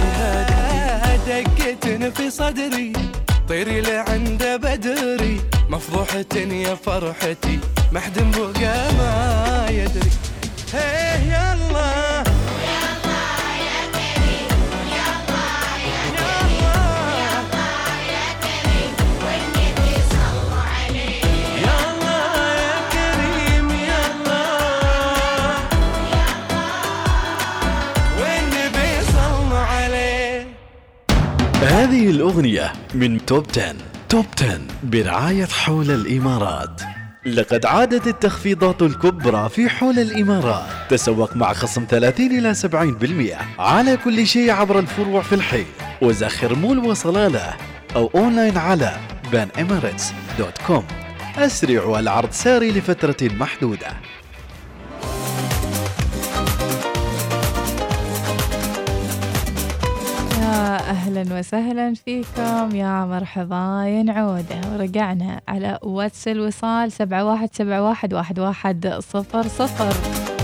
هدي، دقة في صدري طيري لعند بدري، مفضوحة يا فرحتي محدم بقى ما يدري. هيه يا الله يا الله يا كريم، يا الله يا كريم، يا الله يا كريم، والنبي صلوا عليه. يا الله يا كريم، يا الله يا الله والنبي صلوا عليه. هذه الأغنية من توب 10. توب 10 برعاية حول الإمارات. لقد عادت التخفيضات الكبرى في حول الإمارات. تسوق مع خصم 30 إلى 70% على كل شيء عبر الفروع في الحي وزاخر مول وصلالة أو أونلاين على banemirates.com. أسرع والعرض ساري لفترة محدودة. أهلا وسهلا فيكم، يا مرحبا يا نعودة، ورجعنا على واتس الوصال 71711100.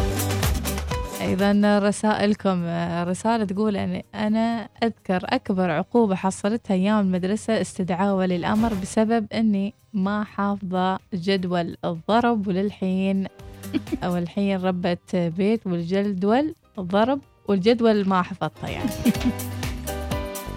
أيضا رسائلكم، رسالة تقول أنا أذكر أكبر عقوبة حصلتها أيام المدرسة استدعاء ولي الأمر بسبب أني ما حافظة جدول الضرب، وللحين أو الحين ربت بيت والجدول الضرب والجدول ما حفظتها يعني.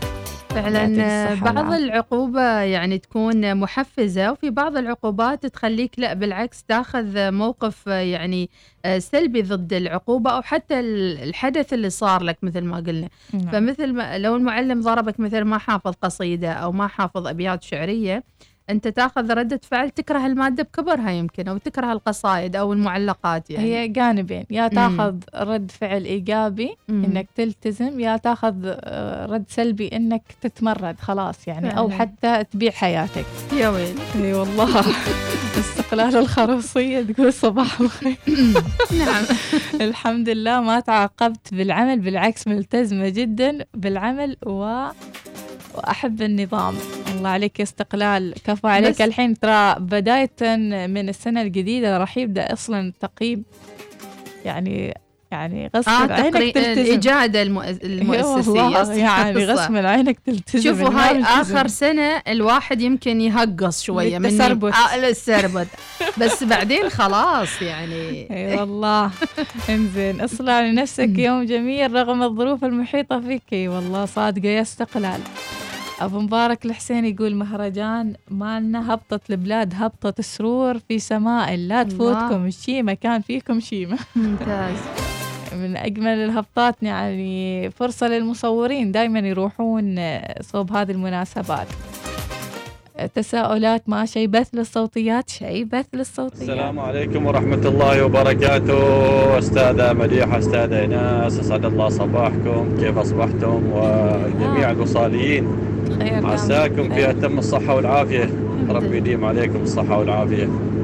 فعلا بعض العقوبة يعني تكون محفزة، وفي بعض العقوبات تخليك لا بالعكس تاخذ موقف يعني سلبي ضد العقوبة أو حتى الحدث اللي صار لك مثل ما قلنا. فمثل ما لو المعلم ضربك مثل ما حافظ قصيدة أو ما حافظ أبيات شعرية، أنت تاخذ ردة فعل تكره المادة بكبرها يمكن، أو تكره القصائد أو المعلقات. يعني هي جانبين، يا تاخذ رد فعل إيجابي إنك تلتزم، يا تاخذ رد سلبي إنك تتمرد خلاص يعني، أو حتى تبيع حياتك. يا ويل. اي والله. استقلال الخروصية تقول صباح الخير. نعم. الحمد لله ما تعاقبت بالعمل، بالعكس ملتزمة جدا بالعمل وأحب النظام. الله عليك يا استقلال، كفو عليك. الحين ترى بداية من السنة الجديدة راح يبدأ أصلا التقييم، يعني غصب عينك تلتزم. الإجادة المؤسسية يعني غصب عينك تلتزم. شوفوا هاي آخر سنة الواحد يمكن يهقص شوية من السربت بس بعدين خلاص يعني. اي والله. انزين، اصلع لنفسك يوم جميل رغم الظروف المحيطة فيك. اي والله صادقة يا استقلال. أبو مبارك الحسين يقول مهرجان مالنا هبطة البلاد، هبطة السرور في سماء، لا تفوتكم الشيمة، كان فيكم شيمة. ممتاز. من أجمل الهبطات يعني، فرصة للمصورين دايما يروحون صوب هذه المناسبات. تساؤلات ما شيء بث للصوتيات، شيء بث للصوتيات. السلام عليكم ورحمة الله وبركاته. أستاذة مديحة، أستاذة إيناس، أسعد الله صباحكم، كيف أصبحتم؟ وجميع الوصاليين عساكم في أتم الصحة والعافية، ربي يديم عليكم الصحة والعافية.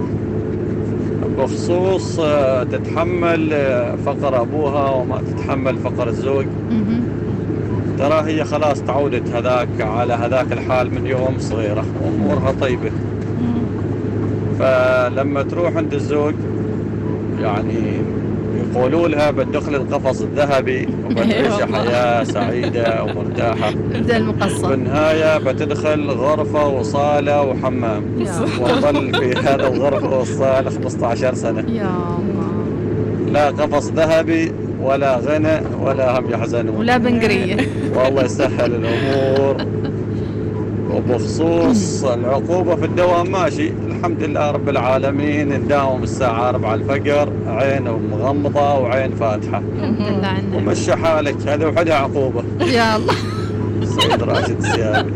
بخصوص تتحمل فقر أبوها وما تتحمل فقر الزوج، ترى هي خلاص تعودت على هذاك الحال من يوم صغيرة وأمورها طيبة. فلما تروح عند الزوج يعني يقولوا لها بتدخل القفص الذهبي وبتعيش حياة سعيدة ومرتاحة، بالنهاية بتدخل غرفة وصالة وحمام، وظل في هذا الغرفة والصالة 15 سنة. لا قفص ذهبي ولا غنى ولا هم يحزنون ولا بنقرية. والله يسهل الأمور. وبخصوص العقوبة في الدوام ماشي الحمد لله رب العالمين، نداوم الساعة 4 الفجر، عين مغمضة وعين فاتحة، ومشي حالك، هذا وحدها عقوبة. يا الله. سيد راشد السيابي.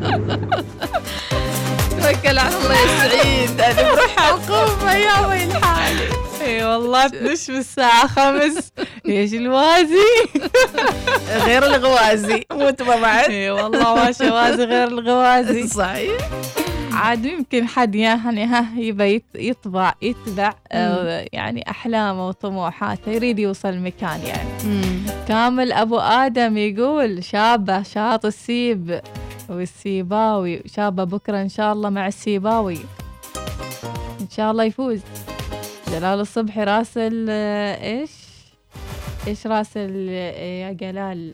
توكل على الله يا سعيد، أنا بروح عقوبة يا ويل حالي. اي والله تدش بالساعة 5 ايش الوازي غير الغوازي، مو تبى بعد. اي والله ما شوازي غير الغوازي. صحيح. عاد يمكن حد يعني يبى يتبع يعني أحلامه وطموحاته، يريد يوصل مكان يعني. كامل أبو آدم يقول شابة شاط السيب والسيباوي، شابة بكرة إن شاء الله مع السيباوي، إن شاء الله يفوز. جلال الصبحي راسل إيش راسل يا جلال؟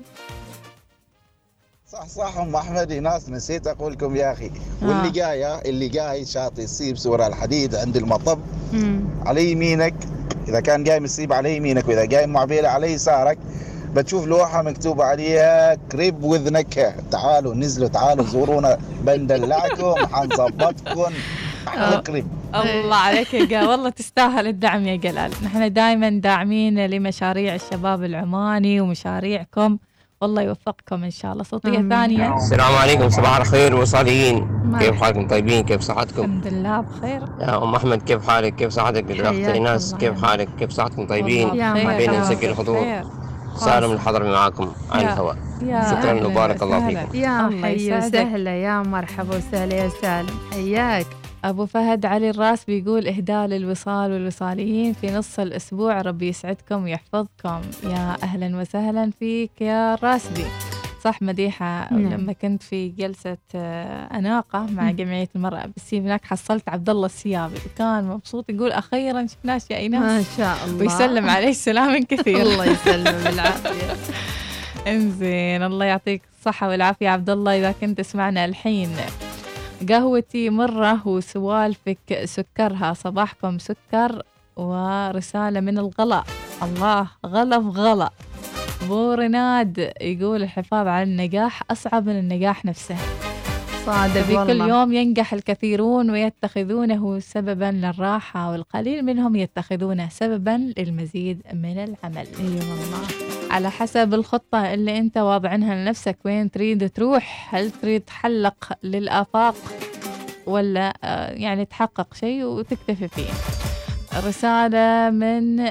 صح أم أحمد. ناس نسيت أقول لكم يا أخي، واللي جاي شاطئ السيب سور الحديد عند المطب على يمينك، إذا كان جاي من السيب على يمينك، وإذا جاي معبيلة على يسارك بتشوف لوحة مكتوب عليها كريب وذنك، تعالوا نزلوا، تعالوا زورونا، بندلعكم، حنظبطكم، قريب. الله عليك يا جلال، والله تستاهل الدعم يا جلال. نحن دائما داعمين لمشاريع الشباب العماني ومشاريعكم، والله يوفقكم إن شاء الله. صوتية ثانية. السلام عليكم، صباح الخير وصاليين، كيف حالكم؟ طيبين؟ كيف صحتكم؟ الحمد لله بخير. يا أم أحمد كيف حالك؟ كيف صحتك؟ الأخت إيناس كيف حالك؟ كيف صحتكم؟ طيبين؟ حابين نسجل الحضور. سالم الحضري معاكم على الهواء. شكرا وبارك الله فيكم. يا حي وسهلا، يا مرحبا وسهلا يا سالم، حياك. أبو فهد علي الراس بيقول إهداء للوصال والوصاليين في نص الأسبوع، ربي يسعدكم ويحفظكم. يا أهلا وسهلا فيك يا راسبي. صح مديحة، لما كنت في جلسة أناقة مع جمعية المرأة بالسيب هناك حصلت عبد الله السيابي، وكان مبسوط يقول أخيرا شفناش يا إيناس. ما شاء الله. ويسلم عليه سلام كثير. الله يسلم بالعافية. انزين، الله يعطيك الصحة والعافية عبد الله إذا كنت تسمعنا الحين. قهوتي مرة وسوالفك سكرها، صباحكم سكر. ورسالة من الغلا، الله غلا في غلا، أبو رناد يقول الحفاظ على النجاح أصعب من النجاح نفسه. صادق في والله. كل يوم ينجح الكثيرون ويتخذونه سببا للراحة، والقليل منهم يتخذونه سببا للمزيد من العمل. والله. على حسب الخطة اللي انت واضعنها لنفسك، وين تريد تروح، هل تريد تحلق للآفاق ولا يعني تحقق شيء وتكتفي فيه. رسالة من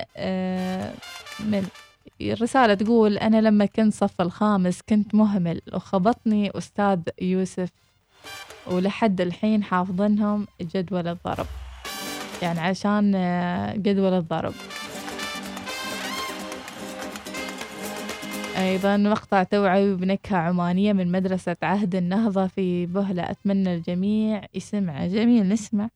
الرسالة تقول أنا لما كنت صف الخامس كنت مهمل وخبطني أستاذ يوسف، ولحد الحين حافظنهم جدول الضرب، يعني عشان جدول الضرب. أيضا مقطع توعوي بنكهة عمانية من مدرسة عهد النهضة في بهلة، أتمنى الجميع يسمع. جميل، نسمع.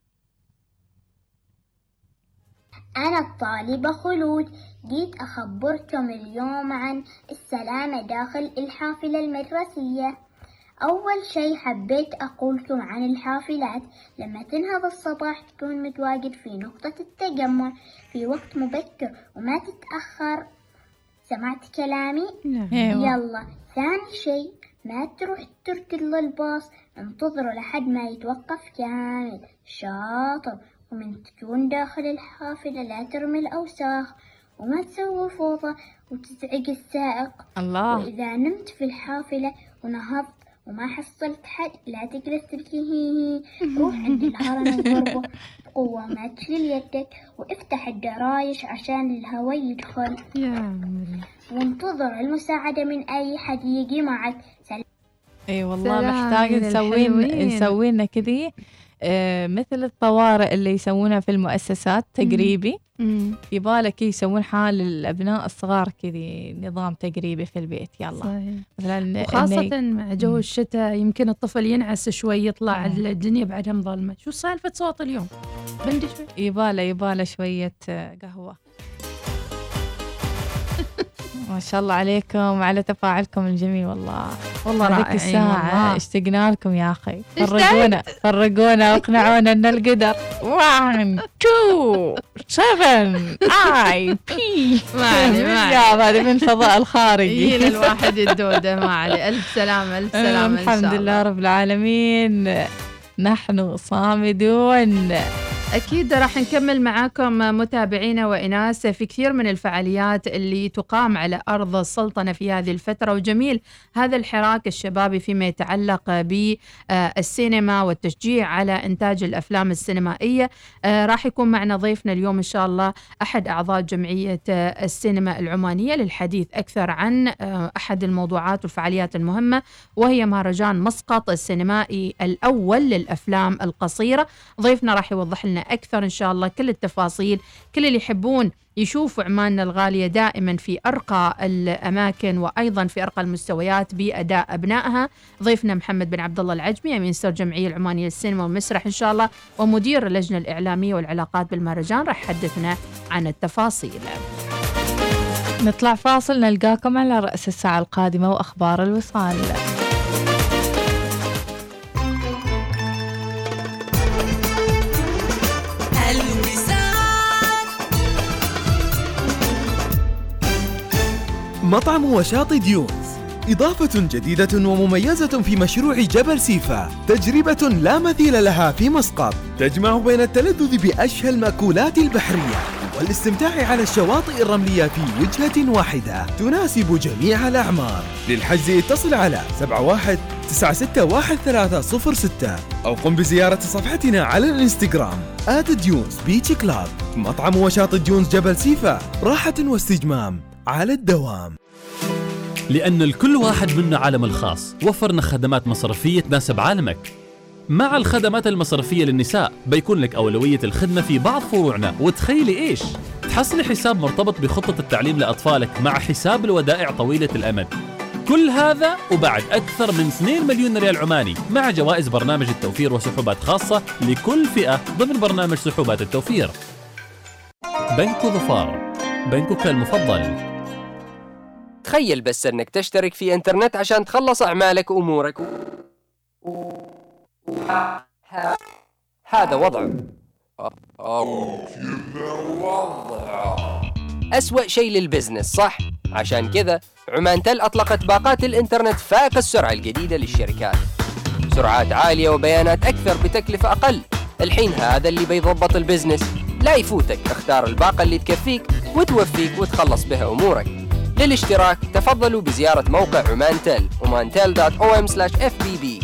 أنا الطالبة خلود، جيت أخبركم اليوم عن السلامة داخل الحافلة المدرسية. أول شيء حبيت أقولكم عن الحافلات، لما تنهض الصباح تكون متواجد في نقطة التجمع في وقت مبكر وما تتأخر. سمعت كلامي؟ يلا. ثاني شيء ما تروح تركض للباص، انتظروا لحد ما يتوقف كامل. شاطر. ومن تكون داخل الحافلة لا ترمي الأوساخ وما تسوي فوضى وتزعج السائق. الله. وإذا نمت في الحافلة ونهضت وما حصلت حد لا تجلس تبكي، روح عند الهرم وضربه بقوة، ما تشيل يدك وافتح الدرايش عشان الهواء يدخل. وانتظر المساعدة من أي حد يجي معك. اي والله محتاج نسوي لنا كذي مثل الطوارئ اللي يسوونها في المؤسسات تقريبي. يبالك يسوون حال الأبناء الصغار كذي نظام تقريبي في البيت. يلا صحيح. مثلا وخاصة مع جو الشتاء يمكن الطفل ينعس شوي، يطلع الدنيا بعدها مظلمة. شو سالفة صوت اليوم؟ بندي شوي. يباله شوية قهوة. ما شاء الله عليكم على تفاعلكم الجميل. والله رائعين. الساعة اشتقنا لكم يا أخي. فرقونا واقنعونا أن القدر 1 2 7 IP هذا من الفضاء الخارجي. يجينا الواحد الدودة. ما علي. ألف سلامة ألف سلامة. الحمد لله رب العالمين، نحن صامدون. أكيد راح نكمل معاكم متابعينا وإناس في كثير من الفعاليات اللي تقام على أرض السلطنة في هذه الفترة، وجميل هذا الحراك الشبابي فيما يتعلق بالسينما والتشجيع على إنتاج الأفلام السينمائية. راح يكون معنا ضيفنا اليوم إن شاء الله أحد أعضاء جمعية السينما العمانية للحديث أكثر عن أحد الموضوعات والفعاليات المهمة، وهي مهرجان مسقط السينمائي الأول للأفلام القصيرة. ضيفنا راح يوضح لنا أكثر إن شاء الله كل التفاصيل. كل اللي يحبون يشوفوا عماننا الغالية دائما في أرقى الأماكن وأيضا في أرقى المستويات بأداء أبنائها. ضيفنا محمد بن عبد الله العجمي، أمين سر الجمعية العمانية للسينما والمسرح إن شاء الله، ومدير اللجنة الإعلامية والعلاقات بالمهرجان، راح يحدثنا عن التفاصيل. نطلع فاصل، نلقاكم على رأس الساعة القادمة وأخبار الوصال. مطعم وشاطئ ديونز، إضافة جديدة ومميزة في مشروع جبل سيفا، تجربة لا مثيل لها في مسقط، تجمع بين التلذذ بأشهى المأكولات البحرية والاستمتاع على الشواطئ الرملية في وجهة واحدة تناسب جميع الأعمار. للحجز اتصل على 71961306 أو قم بزيارة صفحتنا على الانستغرام @ديونز بيتش كلاب. مطعم وشاطئ ديونز جبل سيفا، راحة واستجمام على الدوام. لأن الكل واحد منا عالم الخاص، وفرنا خدمات مصرفية تناسب عالمك. مع الخدمات المصرفية للنساء بيكون لك أولوية الخدمة في بعض فروعنا، وتخيلي إيش؟ تحصلي حساب مرتبط بخطة التعليم لأطفالك مع حساب الودائع طويلة الأمد. كل هذا وبعد أكثر من 2 مليون ريال عماني مع جوائز برنامج التوفير وسحوبات خاصة لكل فئة ضمن برنامج سحوبات التوفير. بنك ظفار، بنكك المفضل. تخيل بس انك تشترك في انترنت عشان تخلص اعمالك وامورك هذا وضع أسوأ شيء للبزنس، صح؟ عشان كذا عمان تل أطلقت باقات الإنترنت فائق السرعة الجديدة للشركات. سرعات عالية وبيانات أكثر بتكلفة أقل. الحين هذا اللي بيضبط البزنس. لا يفوتك، اختار الباقة اللي تكفيك وتوفيك وتخلص بها أمورك. للاشتراك تفضلوا بزيارة موقع عمان تل omantel.om/fbb.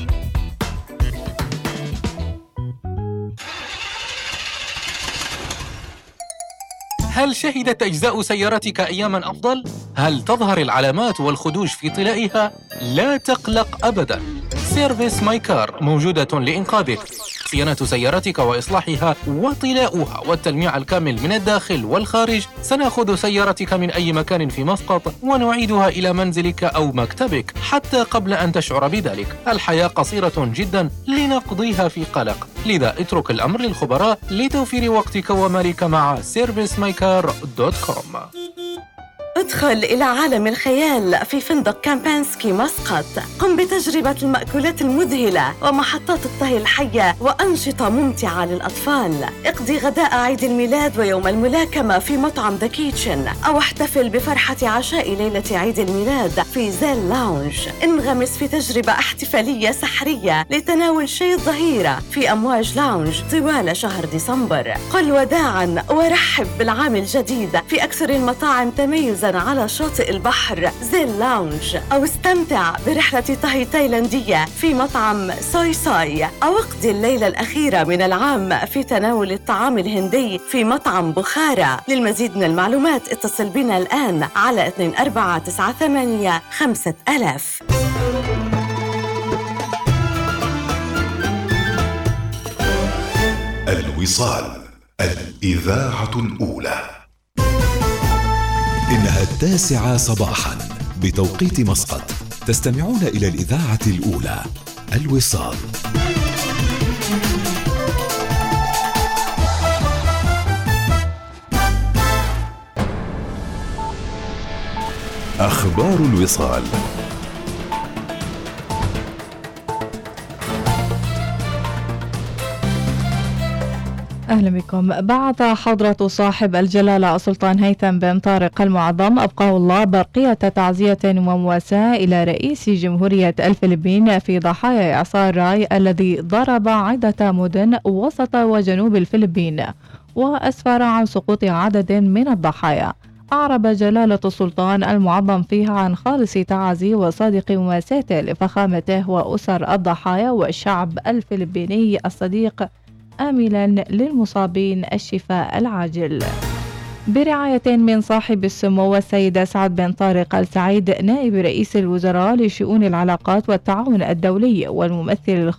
هل شهدت أجزاء سيارتك أياماً أفضل؟ هل تظهر العلامات والخدوش في طلائها؟ لا تقلق أبداً. سيرفيس ماي كار موجودة لإنقاذك. صيانة سيارتك وإصلاحها وطلاؤها والتلميع الكامل من الداخل والخارج. سنأخذ سيارتك من أي مكان في مسقط ونعيدها إلى منزلك أو مكتبك حتى قبل أن تشعر بذلك. الحياة قصيرة جداً لنقضيها في قلق، لذا اترك الأمر للخبراء لتوفير وقتك ومالك مع servicemycar.com. ادخل إلى عالم الخيال في فندق كامبانسكي مسقط. قم بتجربة المأكولات المذهلة ومحطات الطهي الحية وأنشطة ممتعة للأطفال. اقضي غداء عيد الميلاد ويوم الملاكمة في مطعم ذا كيتشن، أو احتفل بفرحة عشاء ليلة عيد الميلاد في زيل لاونج. انغمس في تجربة احتفالية سحرية لتناول شاي الظهيرة في أمواج لاونج طوال شهر ديسمبر. قل وداعاً ورحب بالعام الجديد في أكثر المطاعم تميزاً على شاطئ البحر زيل لاونج، أو استمتع برحلة طهي تايلاندية في مطعم سوي ساي، أو اقضي الليلة الأخيرة من العام في تناول الطعام الهندي في مطعم بخارى. للمزيد من المعلومات اتصل بنا الآن على 2498 5000. الوصال، الإذاعة الأولى. إنها 9 صباحاً بتوقيت مسقط. تستمعون إلى الإذاعة الأولى، الوصال. أخبار الوصال. أهلا بكم. بعث حضرة صاحب الجلالة السلطان هيثم بن طارق المعظم أبقاه الله برقية تعزية ومواساة إلى رئيس جمهورية الفلبين في ضحايا إعصار راي الذي ضرب عدة مدن وسط وجنوب الفلبين وأسفر عن سقوط عدد من الضحايا. أعرب جلالة السلطان المعظم فيها عن خالص تعازي وصادق مواساته لفخامته وأسر الضحايا والشعب الفلبيني الصديق، آملا للمصابين الشفاء العاجل. برعاية من صاحب السمو السيد سعد بن طارق السعيد نائب رئيس الوزراء لشؤون العلاقات والتعاون الدولي والممثل